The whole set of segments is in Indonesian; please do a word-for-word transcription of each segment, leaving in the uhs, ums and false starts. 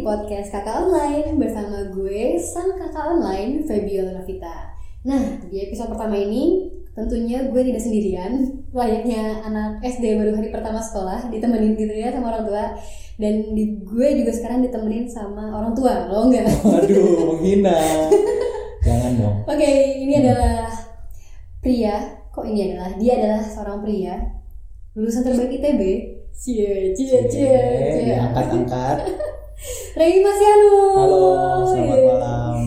podcast Kakak Online bersama gue, sang kakak online, Febiola Novita. Nah, di episode pertama ini tentunya gue tidak sendirian, layaknya anak S D baru hari pertama sekolah, ditemenin gitu ya sama orang tua. Dan di, gue juga sekarang ditemenin sama orang tua, lo enggak? Waduh, menghina. Jangan dong. Oke, okay, ini adalah pria. Kok ini adalah? Dia adalah seorang pria lulusan terbaik I T B. Cie, cie, cie, cie. Angkat-angkat. Ray Masiano. Halo, selamat malam.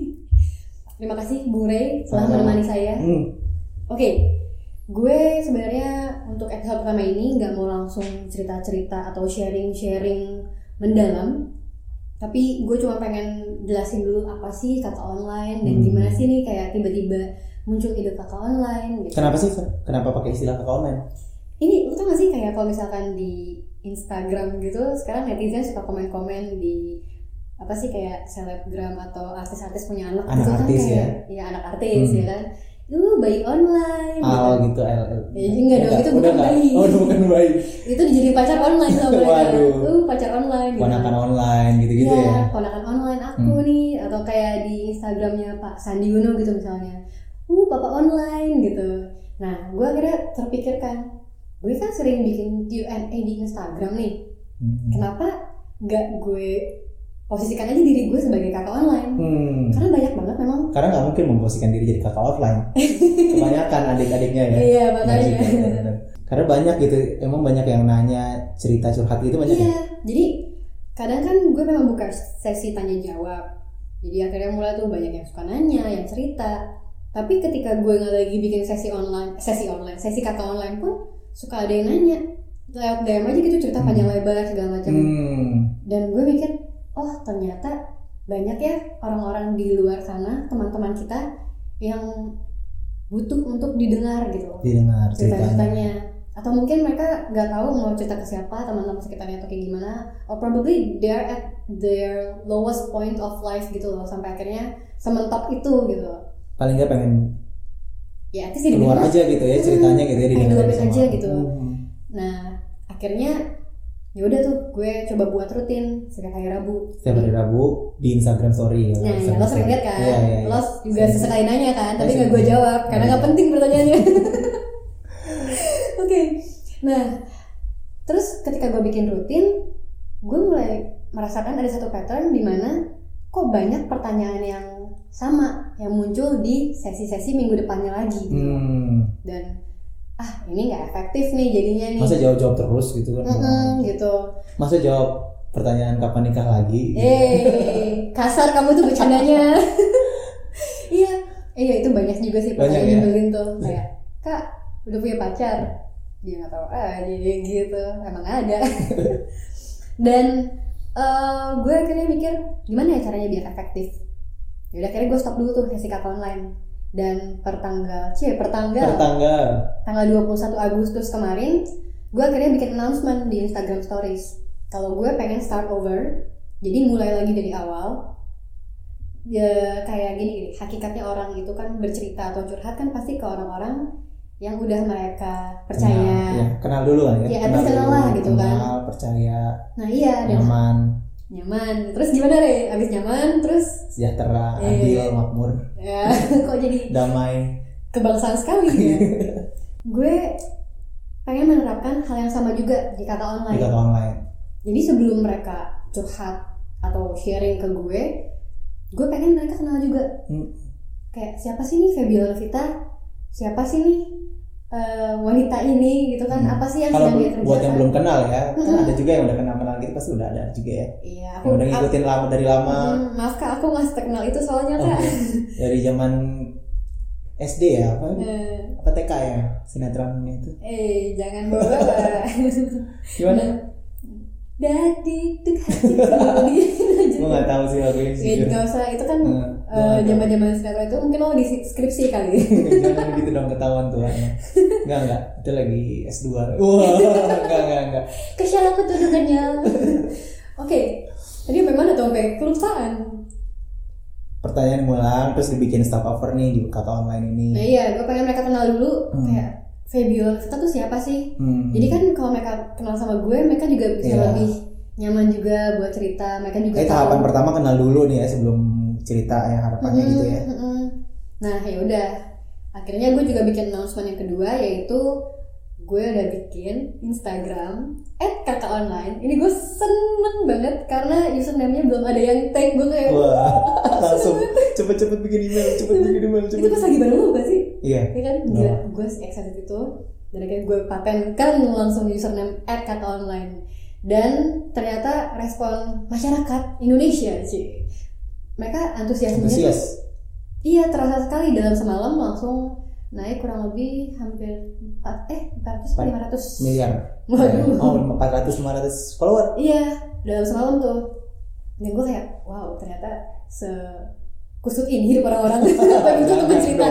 Terima kasih Bung Ray telah menemani saya. Hmm. Oke, okay. Gue sebenarnya untuk episode pertama ini nggak mau langsung cerita-cerita atau sharing-sharing mendalam, tapi gue cuma pengen jelasin dulu apa sih kakak online dan hmm. gimana sih nih kayak tiba-tiba muncul ide kakak online. Gitu. Kenapa sih? Kenapa pakai istilah kakak online? Ini lu tau gak sih kayak kalau misalkan di Instagram gitu sekarang netizen suka komen-komen di apa sih kayak selebgram atau artis-artis punya anak, anak gitu artis kan ya? Iya anak artis hmm. ya kan. Uh, bayi online. Oh gitu, L L. Ya, enggak dong, itu bukan bayi. Oh, itu bukan bayi. Itu dijadiin pacar online sama mereka. Waduh. Uh, pacar online gitu. Ponakan online gitu-gitu ya. ya. Ponakan online aku hmm. nih, atau kayak di Instagramnya Pak Sandi Uno gitu misalnya. Uh, papa online gitu. Nah, gue akhirnya terpikirkan, gue kan sering bikin Q and A di Instagram nih. Hmm. Kenapa gak gue posisikan aja diri gue sebagai kakak online? Hmm. Karena banyak banget memang. Karena nggak mungkin memposisikan diri jadi kakak offline. Kebanyakan adik-adiknya ya. Iya makanya. Karena banyak gitu, emang banyak yang nanya cerita curhat gitu banyak. Iya. Ya? Jadi kadang kan gue memang buka sesi tanya jawab. Jadi akhirnya mulai tuh banyak yang suka nanya, yang cerita. Tapi ketika gue nggak lagi bikin sesi online, sesi online, sesi kakak online pun suka ada yang nanya. Lewat D M aja gitu cerita hmm. panjang lebar segala macam. Hmm. Dan gue mikir, oh ternyata banyak ya orang-orang di luar sana, teman-teman kita yang butuh untuk didengar gitu. Didengar cerita-ceritanya. Atau mungkin mereka nggak tahu mau cerita ke siapa, teman-teman sekitarnya atau kayak gimana. Or probably they're at their lowest point of life gitu loh, sampai akhirnya sementok itu gitu. Paling nggak pengen ya keluar aja gitu ya ceritanya gitu ya, didengar aja gitu. Hmm. Nah akhirnya ya udah tuh gue coba buat rutin setiap hari Rabu. Setiap hari Rabu di Instagram story. Nah, ya, lo sering lihat kan? Iya, iya, iya. Lo juga sesekali nanya kan, tapi nggak gue jawab karena nggak penting pertanyaannya. Oke, okay. Nah terus ketika gue bikin rutin, gue mulai merasakan ada satu pattern di mana kok banyak pertanyaan yang sama yang muncul di sesi-sesi minggu depannya lagi. Hmm. Dan ah ini nggak efektif nih jadinya nih. Masa jawab-jawab terus gitu kan? Mm-mm, gitu. Masa jawab pertanyaan kapan nikah lagi? Eh kasar kamu tuh bercandanya. Iya, iya itu banyak juga sih pertanyaan yang nyebelin tuh kayak kak udah punya pacar? Dia nggak tahu aja gitu, emang ada. Dan uh, gue akhirnya mikir gimana ya caranya biar efektif. Yaudah akhirnya gue stop dulu tuh sesi kakak online. Dan pertanggal, cie pertanggal, pertanggal, tanggal dua puluh satu Agustus kemarin, gue akhirnya bikin announcement di Instagram Stories. Kalau gue pengen start over, jadi mulai lagi dari awal. Ya kayak gini gini, hakikatnya orang itu kan bercerita atau curhat kan pasti ke orang-orang yang udah mereka percaya. Kenal, ya, kenal dulu lah ya. Ya kenal, kenal lah gitu kenal, kan. Kenal, percaya. Nah iya. Nyaman. Nyaman, terus gimana Re? Abis nyaman, terus sejahtera, eh, adil, makmur. Ya, kok jadi damai, kebangsaan sekali ya. Gue pengen menerapkan hal yang sama juga di kakak online. Di kakak online. Jadi sebelum mereka curhat atau sharing ke gue, gue pengen mereka kenal juga. Hmm. Kayak siapa sih nih Febiola Novita? Siapa sih nih Uh, wanita ini gitu kan, hmm. apa sih yang kalau sedang dia kerjakan? Buat yang belum kenal ya, hmm. kan ada juga yang udah kenal-kenal gitu, pasti udah ada juga ya. Iya, aku yang udah ngikutin aku, lama dari lama. Hmm, maaf kak, aku nggak terkenal itu soalnya kak. Oh, dari zaman S D ya, apa? Hmm. Apa T K ya, sinetronnya itu? Eh, jangan bawa. Gimana? Dadi tuk hati. Gue nggak tahu sih lagunya sih. Ya nggak usah, itu kan zaman-zaman uh, uh, sinetron itu mungkin lo di skripsi kali. Jangan gitu dong, ketahuan tuh. Enggak enggak, itu lagi S dua. Wah, enggak enggak enggak. Kesial aku tuduhannya. Oke, tadi bagaimana tuh sampai kelupaan? Pertanyaan ngulang, terus dibikin staff over nih di kakak online ini. Nah iya, gue pengen mereka kenal dulu hmm. kayak Febiola kita tuh siapa sih? Hmm. Jadi kan kalau mereka kenal sama gue, mereka juga bisa yeah. lebih nyaman juga buat cerita. Mereka juga Kayak tahapan pertama kenal dulu nih ya sebelum cerita ya harapannya mm-hmm, gitu ya. Mm-hmm. Nah ya udah, akhirnya gue juga bikin announcement yang kedua, yaitu gue udah bikin Instagram et kakak online. Ini gue seneng banget karena username-nya belum ada yang tag. Gue kayak wah langsung cepet-cepet bikin email, cepet bikin email, cepet. Itu pas lagi baru gak sih? Iya. Ya kan, gila, gue excited itu. Dan akhirnya gue patenkan langsung username et kakak online. Dan ternyata respon masyarakat Indonesia sih, mereka antusiasmenya Antusias. tuh iya terasa sekali. Dalam semalam langsung naik kurang lebih hampir empat eh empat ratus lima ratus miliar. Waduh. Oh, empat ratus lima ratus follower. Iya, dalam semalam tuh. Dan gue kayak, wow, ternyata se kusut ini hidup orang-orang. Tapi itu untuk cerita.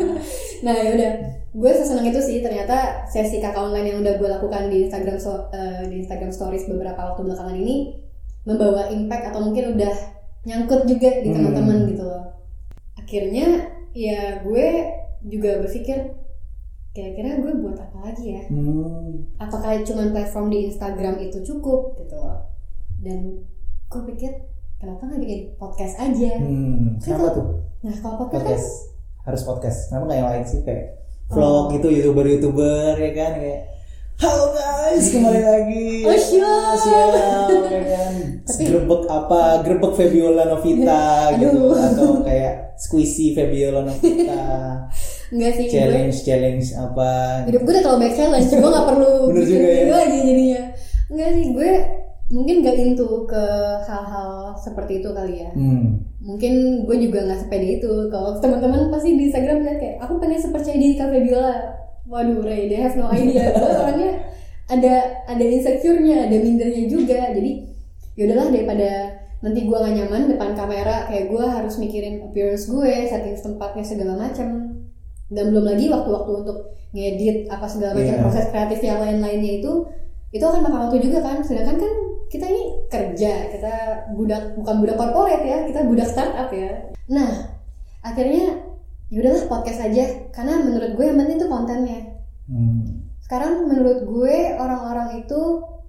Nah, ya udah. Gue sesenang itu sih, ternyata sesi kakak online yang udah gue lakukan di Instagram so, uh, di Instagram Stories beberapa waktu belakangan ini membawa impact atau mungkin udah nyangkut juga di teman-teman hmm. gitu loh. Akhirnya ya gue juga berpikir kira-kira gue buat apa lagi ya? Hmm. Apakah cuma platform di Instagram itu cukup gitu loh? Dan gue pikir kenapa nggak bikin podcast aja? Hmm. Kenapa tuh? Nah kalau podcast, podcast. Kan, harus podcast. Kenapa nggak yang lain sih kayak vlog oh. gitu, youtuber-youtuber ya kan kayak halo guys kembali lagi. Oh siap. Siap ya kan. Tapi grebek apa? Grebek Febiola Novita gitu atau kayak squishy Febiola Novita. Enggak sih. Challenge gue, challenge apa? Hidup gue udah terlalu banyak challenge. Gue nggak perlu. Bener juga ya. Lagi jadinya. Enggak sih, gue mungkin gak into ke hal-hal seperti itu kali ya. Hmm. Mungkin gue juga nggak sepede itu. Kalau teman-teman pasti di Instagram lihat kayak aku pengen sepercaya diri Kak Febiola. Waduh, Ray, they have no idea. Orangnya ada ada insecure-nya, ada mindernya juga. Jadi yaudahlah, daripada nanti gue gak nyaman depan kamera, kayak gue harus mikirin appearance gue, setting tempatnya segala macam, dan belum lagi waktu-waktu untuk ngedit apa segala macam yeah. proses kreatif yang lain-lainnya itu itu akan makan waktu juga kan. Sedangkan kan kita ini kerja, kita budak bukan budak korporat ya, kita budak startup ya. Nah akhirnya yaudahlah podcast aja, karena menurut gue yang penting tuh kontennya. Hmm. Sekarang menurut gue orang-orang itu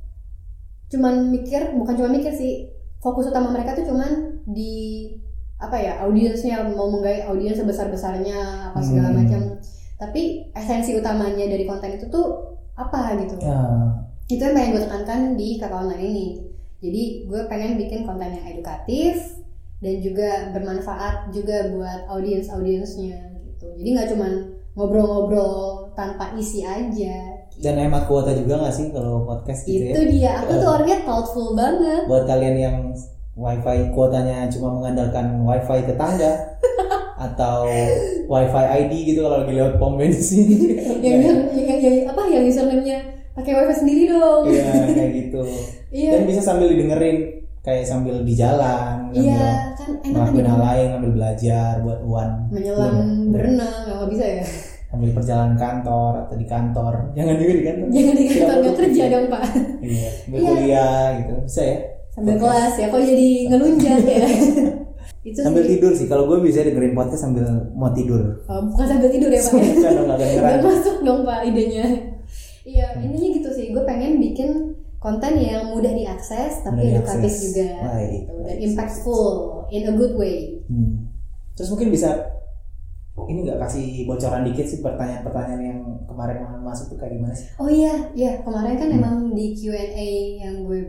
cuman mikir, bukan cuma mikir sih, fokus utama mereka tuh cuman di apa ya, audiensnya, mau menggait audiens sebesar-besarnya apa segala hmm. macam. Tapi esensi utamanya dari konten itu tuh apa gitu. Uh. Itu yang pengen gue tekankan di kakak online ini. Jadi gue pengen bikin konten yang edukatif dan juga bermanfaat juga buat audiens-audiensnya gitu. Jadi nggak cuman ngobrol-ngobrol tanpa isi aja. Gitu. Dan hemat kuota juga nggak sih kalau podcast gitu itu ya? Itu dia. Aku tuh orangnya thoughtful banget. Buat kalian yang wifi kuotanya cuma mengandalkan wifi tetangga atau wifi I D gitu kalau lagi lewat pom bensin. yang, yang, yang, yang apa? Yang username-nya pakai wifi sendiri dong. Iya kayak gitu. Iya. Dan bisa sambil didengerin. Kayak sambil di jalan, iya kan enak ngelakuin hal lain, sambil belajar buat uan, menyelam, berenang, nggak bisa ya? Sambil perjalanan kantor atau di kantor, jangan juga di kantor, jangan di kantor nggak kerja dong pak. Iya, sambil kuliah gitu, bisa ya? Sambil podcast. Kelas ya, kok jadi ngelunjak ya? Itu sambil sih. Tidur sih, kalau gue bisa dengerin podcast sambil mau tidur. Oh, bukan sambil tidur ya pak? Bukan dong, nggak masuk dong pak idenya. Iya, hmm. intinya gitu sih, gue pengen bikin konten yang mudah diakses tapi mudah edukatif diakses. Juga Baik, gitu. baik, dan impactful in a good way. Hmm. Terus mungkin bisa ini nggak kasih bocoran dikit sih pertanyaan-pertanyaan yang kemarin masuk tuh kayak gimana sih? Oh iya, iya kemarin kan hmm. emang di Q and A yang gue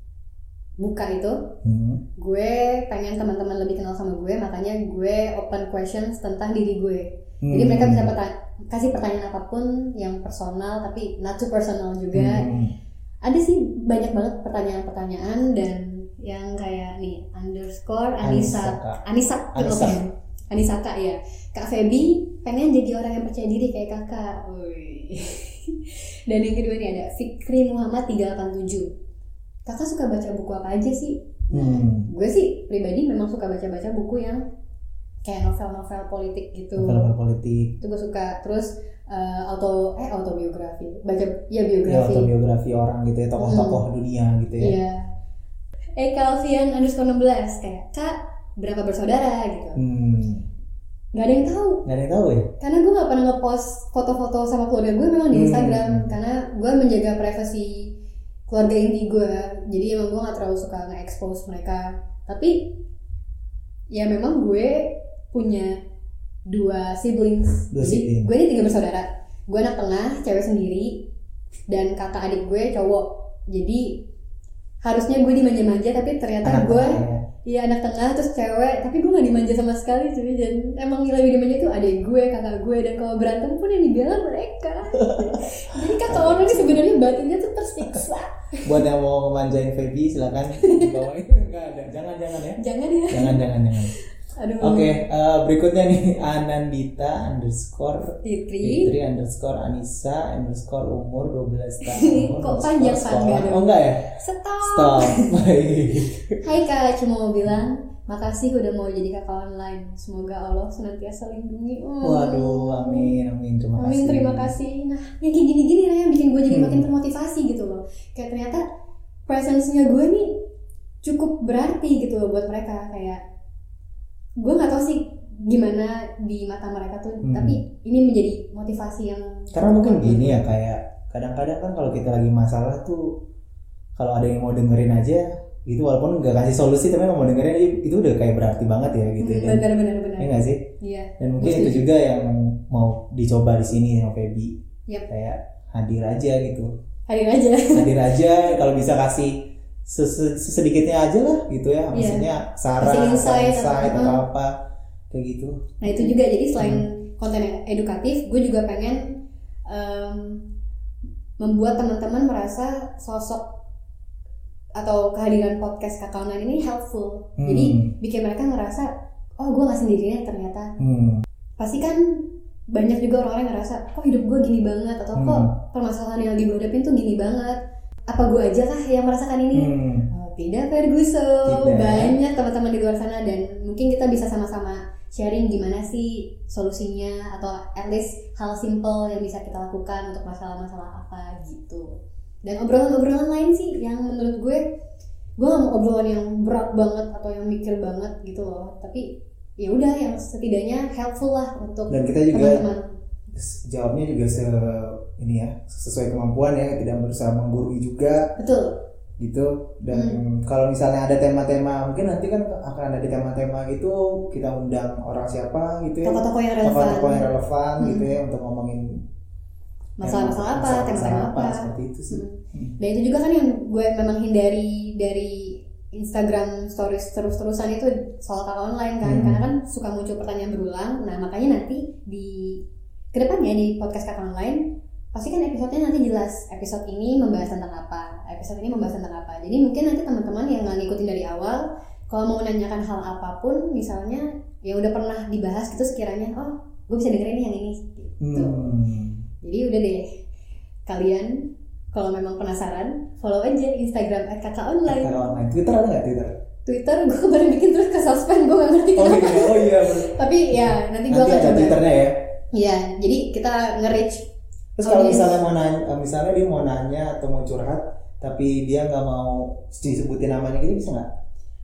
buka itu, hmm. gue pengen teman-teman lebih kenal sama gue, makanya gue open questions tentang diri gue. Hmm. Jadi mereka bisa peta- kasih pertanyaan apapun yang personal tapi not too personal juga. Hmm. Ada sih banyak banget pertanyaan-pertanyaan dan yang kayak nih underscore Anissa Anissa Anissa Anissa Kak ya Kak Feby pengen jadi orang yang percaya diri kayak kakak. Woi. Dan yang kedua nih ada Fikri Muhammad tiga delapan tujuh. Kakak suka baca buku apa aja sih? Nah, hmm. gue sih pribadi memang suka baca-baca buku yang kayak novel-novel politik gitu. Novel-novel politik. Itu gue suka. Terus Uh, auto eh autobiografi baca ya biografi ya, autobiografi orang gitu ya, tokoh-tokoh hmm. dunia gitu ya. Iya. Eh Calvian underscore enam belas kayak kak berapa bersaudara gitu. Hmm. Gak ada yang tahu. Gak ada yang tahu ya. Karena gue nggak pernah ngepost foto-foto sama keluarga gue memang di Instagram hmm. karena gue menjaga privasi keluarga inti gue, jadi emang gue nggak terlalu suka nge-expose mereka. Tapi ya memang gue punya dua siblings, Dua jadi sibling. gue ini tiga bersaudara. Gue anak tengah, cewek sendiri, dan kakak adik gue cowok. Jadi harusnya gue dimanja-manja, tapi ternyata Anak gue tengah, ya. iya anak tengah terus cewek, tapi gue gak dimanja sama sekali cuy. Dan emang yang lebih dimanja itu adik gue, kakak gue, dan kalau berantem pun yang dibela mereka. Jadi kakak orang ini sebenarnya batinnya tuh tersiksa. Buat yang mau memanjain Feby silakan bawain. Enggak ada, jangan-jangan ya. Jangan ya. Jangan jangan jangan. Aduh. Oke, okay, uh, berikutnya nih Anandita underscore Fitri. Fitri underscore Anissa underscore umur dua belas tahun. Kok panjang sekolah. panjang? Oh enggak ya? Stop. Stop. Baik. Hai Kak, cuma mau bilang makasih udah mau jadi kakak online. Semoga Allah senantiasa lindungi. Oh. Waduh, amin, amin, terima kasih. Amin, terima kasih. Nah, yang kayak gini-gini lah yang bikin gue jadi Hmm. makin termotivasi gitu loh. Kayak ternyata presence-nya gue nih cukup berarti gitu loh buat mereka. Kayak gue nggak tahu sih gimana di mata mereka tuh, Hmm. tapi ini menjadi motivasi yang Karena mungkin gini ya, kayak kadang-kadang kan kalau kita lagi masalah tuh, kalau ada yang mau dengerin aja itu, walaupun nggak kasih solusi tapi mau dengerin aja, itu udah kayak berarti banget ya gitu. Hmm, Dan benar-benar benar. ya nggak sih? Iya. Dan mungkin Gue itu setuju. juga yang mau dicoba di sini sama Feby. Yap. Kayak hadir aja gitu. Hadir aja. Hadir aja, kalau bisa kasih ses- sesedikitnya aja lah gitu ya. Maksudnya saran, Kasih insight, insight atau- atau apa kayak gitu. Nah itu juga, jadi selain Hmm. konten yang edukatif, gue juga pengen em, membuat teman-teman merasa sosok atau kehadiran podcast Kakak Online ini helpful. Hmm. Jadi bikin mereka ngerasa, oh gue gak sendirian ternyata. Hmm. Pasti kan banyak juga orang-orang yang ngerasa, kok hidup gue gini banget, atau kok Hmm. permasalahan yang lagi gue hadapin tuh gini banget. Apa gue aja kah yang merasakan ini? Hmm. Oh, tidak Ferguson, Tidak. banyak teman-teman di luar sana, dan mungkin kita bisa sama-sama sharing gimana sih solusinya, atau at least hal simple yang bisa kita lakukan untuk masalah-masalah apa gitu. Dan obrolan-obrolan lain sih yang menurut gue, gue gak mau obrolan yang berat banget atau yang mikir banget gitu loh, tapi ya udah yang setidaknya helpful lah untuk Dan kita juga teman-teman. jawabnya juga se ini ya, sesuai kemampuan ya, tidak berusaha menggurui juga Betul. gitu. Dan kalau misalnya ada tema-tema, mungkin nanti kan akan ada tema-tema gitu, kita undang orang siapa gitu ya, Tokoh-tokoh yang relevan. tokoh-tokoh yang relevan Hmm. gitu ya, untuk ngomongin Masalah-masalah apa, masalah-masalah tema-tema apa. seperti itu sih. Hmm. Dan itu juga kan yang gue memang hindari dari Instagram stories terus-terusan itu soal kakak online kan, Hmm. karena kan suka muncul pertanyaan berulang. Nah makanya nanti di kedepannya di podcast kakak online pasti kan episodenya nanti jelas, episode ini membahas tentang apa, episode ini membahas tentang apa. Jadi mungkin nanti teman-teman yang nggak ngikutin dari awal, kalau mau menanyakan hal apapun, misalnya yang udah pernah dibahas gitu sekiranya, oh gue bisa dengerin yang ini gitu. Hmm. Jadi udah deh, kalian kalau memang penasaran, follow aja Instagram at kakak online. Kakak online. Twitter ada nggak Twitter? Twitter gue kemarin bikin terus ke suspend, gue gak ngerti Oh kenapa. iya, oh iya. bener. Tapi ya nanti gue Nanti akan ada coba. Twitternya ya. Iya, jadi kita nge-reach. Terus kalau audience. misalnya mau nanya, misalnya dia mau nanya atau mau curhat, tapi dia nggak mau disebutin namanya gitu, bisa nggak?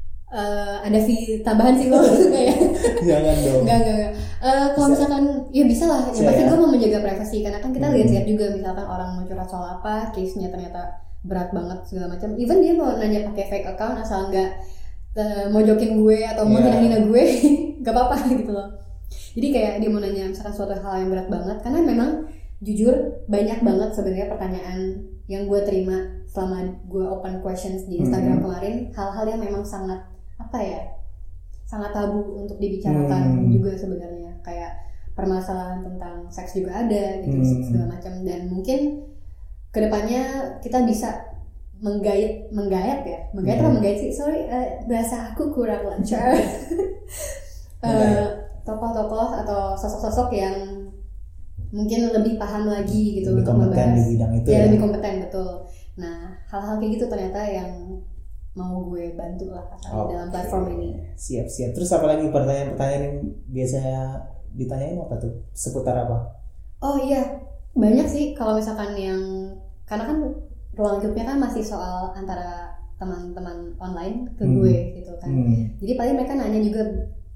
Eh, ada fee tambahan sih gue enggak ya? Jangan dong. Enggak, enggak, enggak. Eh, kalau Bisa. misalkan, ya bisa lah. Yang Bisa pasti ya? gue mau menjaga privasi, karena kan kita Hmm. lihat-lihat juga misalkan orang mau curhat soal apa, case-nya ternyata berat banget segala macam. Even dia mau nanya pakai fake account asal nggak uh, mojokin gue atau mau Iya. hina-hina gue, nggak apa-apa gitu loh. Jadi kayak dia mau nanya misalkan suatu hal yang berat banget, karena memang jujur banyak banget sebenarnya pertanyaan yang gue terima selama gue open questions di Instagram Hmm. kemarin, hal-hal yang memang sangat apa ya, sangat tabu untuk dibicarakan Hmm. juga sebenarnya, kayak permasalahan tentang seks juga ada gitu, Hmm. segala macam. Dan mungkin kedepannya kita bisa menggait menggait ya menggait Hmm. apa menggait sih, sorry eh, bahasa aku kurang lancar. Eh, Menggait. tokoh-tokoh atau sosok-sosok yang mungkin lebih paham lagi gitu Lebih untuk kompeten membahas di bidang itu ya, ya. lebih kompeten, betul. Nah hal-hal kayak gitu ternyata yang mau gue bantu lah Oke. dalam platform ini. Siap-siap. Terus apa lagi pertanyaan-pertanyaan yang biasanya ditanyain apa tuh? Seputar apa? Oh iya, banyak sih kalau misalkan yang, karena kan ruang lingkupnya kan masih soal antara teman-teman online ke Hmm. gue gitu kan. Hmm. Jadi paling mereka nanya juga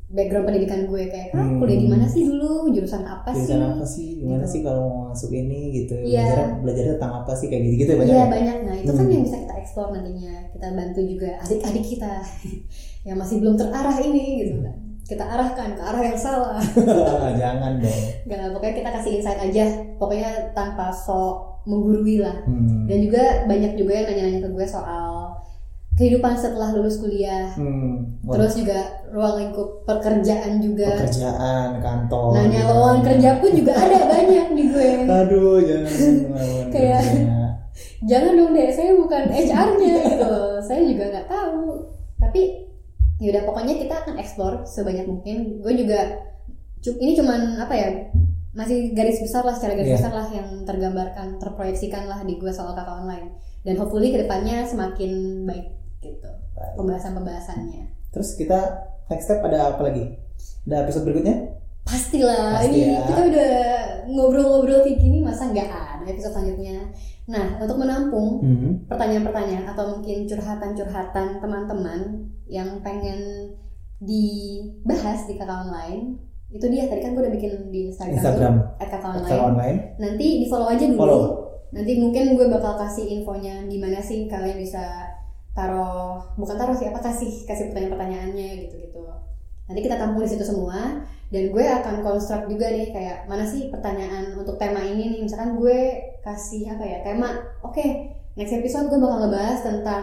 background pendidikan gue kayak kan Hmm. kuliah di mana sih dulu, jurusan apa sih? Jurusan apa sih? Gimana Gitu. sih kalau mau masuk ini gitu? Iya. Belajar belajar tentang apa sih kayak gitu-gitu ya banyak. Iya ya? banyak. Nah itu kan Hmm. yang bisa kita explore nantinya. Kita bantu juga adik-adik kita yang masih belum terarah ini gitu kan. Kita arahkan ke arah yang salah. Jangan dong. Gak, pokoknya kita kasih insight aja. Pokoknya tanpa sok menggurui lah. Hmm. Dan juga banyak juga yang nanya-nanya ke gue soal kehidupan setelah lulus kuliah. Hmm. Wah, Terus juga ruang lingkup pekerjaan juga. pekerjaan, kantor. Nanya gitu. lowongan kerja pun juga ada banyak di gue. Aduh, jangan lowongan Kayak- kerja. Jangan dong deh, saya bukan H R-nya gitu. Saya juga nggak tahu. Tapi yaudah pokoknya kita akan explore sebanyak mungkin. Gue juga cu- ini cuman apa ya? Masih garis besar lah, secara garis Iya. besar lah yang tergambarkan, terproyeksikan lah di gue soal kakak online. Dan hopefully kedepannya semakin baik gitu Baik. pembahasan-pembahasannya. Terus kita next step ada apa lagi? Ada episode berikutnya? Pastilah, Pasti ini ya. kita udah ngobrol-ngobrol kayak gini masa nggak ada episode selanjutnya. Nah, untuk menampung Hmm. pertanyaan-pertanyaan atau mungkin curhatan-curhatan teman-teman yang pengen dibahas di kakak online, itu dia tadi kan gue udah bikin di Instagram, Instagram. tuh, at kakak online. Secara online. Nanti di follow aja dulu. Follow. Nanti mungkin gue bakal kasih infonya gimana sih kalian bisa taruh, bukan taruh sih apa kasih kasih pertanyaan-pertanyaannya gitu-gitu. Nanti kita tampung di situ semua dan gue akan construct juga nih kayak mana sih pertanyaan untuk tema ini nih. Misalkan gue kasih apa ya tema, oke next episode gue bakal ngebahas tentang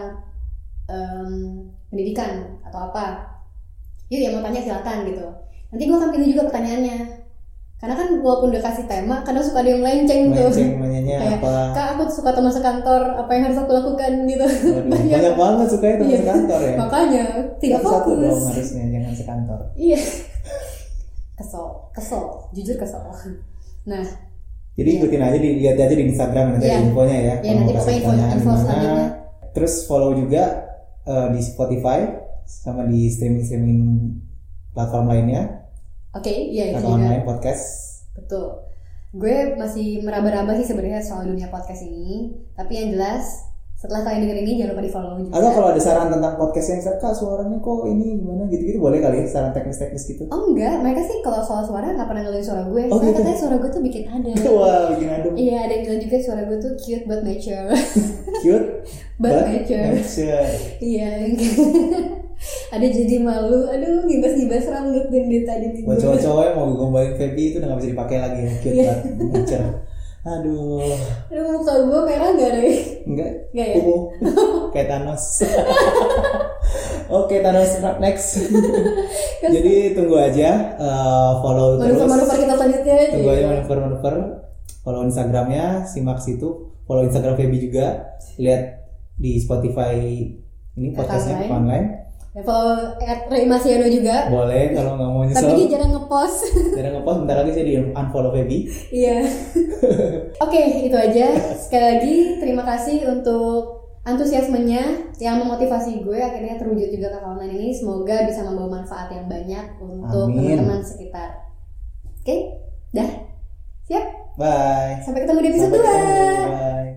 em, pendidikan atau apa. Yuk yang mau tanya silakan gitu. Nanti gue akan pilih juga pertanyaannya. Karena kan walaupun udah kasih tema, kadang suka ada yang melenceng tuh. Melenceng nanyanya Kayak, apa? Kak aku suka teman sekantor, apa yang harus aku lakukan gitu. Waduh, banyak banget suka itu Iya. sekantor ya. Makanya tidak Satu-satu fokus. dong harusnya, jangan sekantor. Iya. Kesel, kesel, jujur kesel. Nah, Jadi Iya. ikutin aja, dilihat aja di Instagram nanti Iya. ada infonya ya. Iya, Kalau nanti mau kasih pokoknya info- pertanyaan info gimana. selanjutnya. Terus follow juga eh, di Spotify sama di streaming-streaming platform lainnya. oke, iya itu Atau juga. online podcast. Betul. Gue masih meraba-raba sih sebenarnya soal dunia podcast ini. Tapi yang jelas setelah kalian denger ini jangan lupa di follow juga. Atau kalau ada saran tentang podcast yang Kak suaranya kok ini gimana gitu-gitu boleh kali ya, saran teknis-teknis gitu. Oh enggak, mereka sih kalau soal suara nggak pernah ngeluhin suara gue. Oh, Soalnya gitu? katanya suara gue tuh bikin adem. Wah, bikin adem. Iya, ada yang bilang juga suara gue tuh cute but mature. Cute But mature. mature. Iya. Ada jadi malu. Aduh, ngibas-ngibas rambut dan dia tadi nih. Buat cowok-cowok yang mau gombalin Feby itu udah gak bisa dipakai lagi ya. Cute Iya. banget, mature. Aduh, Aduh, muka gue merah gak deh? enggak, Enggak ya? ungu, kayak Thanos. Oke, Thanos next. Jadi tunggu aja, eh, follow terus. Manuver-manuver kita selanjutnya. Tunggu aja Iya. manuver-manuver. Follow Instagramnya, simak situ. Follow Instagram Feby juga. Lihat di Spotify ini podcastnya Online. online. Ya, follow at Ray Masiano juga. Boleh kalau nggak mau Tapi nyesel. dia jarang ngepost. Jarang ngepost, bentar lagi saya di unfollow Feby. Iya. Oke, itu aja. Sekali lagi terima kasih untuk antusiasmenya yang memotivasi gue akhirnya terwujud juga kakak online ini. Semoga bisa membawa manfaat yang banyak untuk Amin. teman-teman sekitar. Oke, dah. Siap. Bye. Sampai ketemu di episode Sampai dua. ketemu. Bye.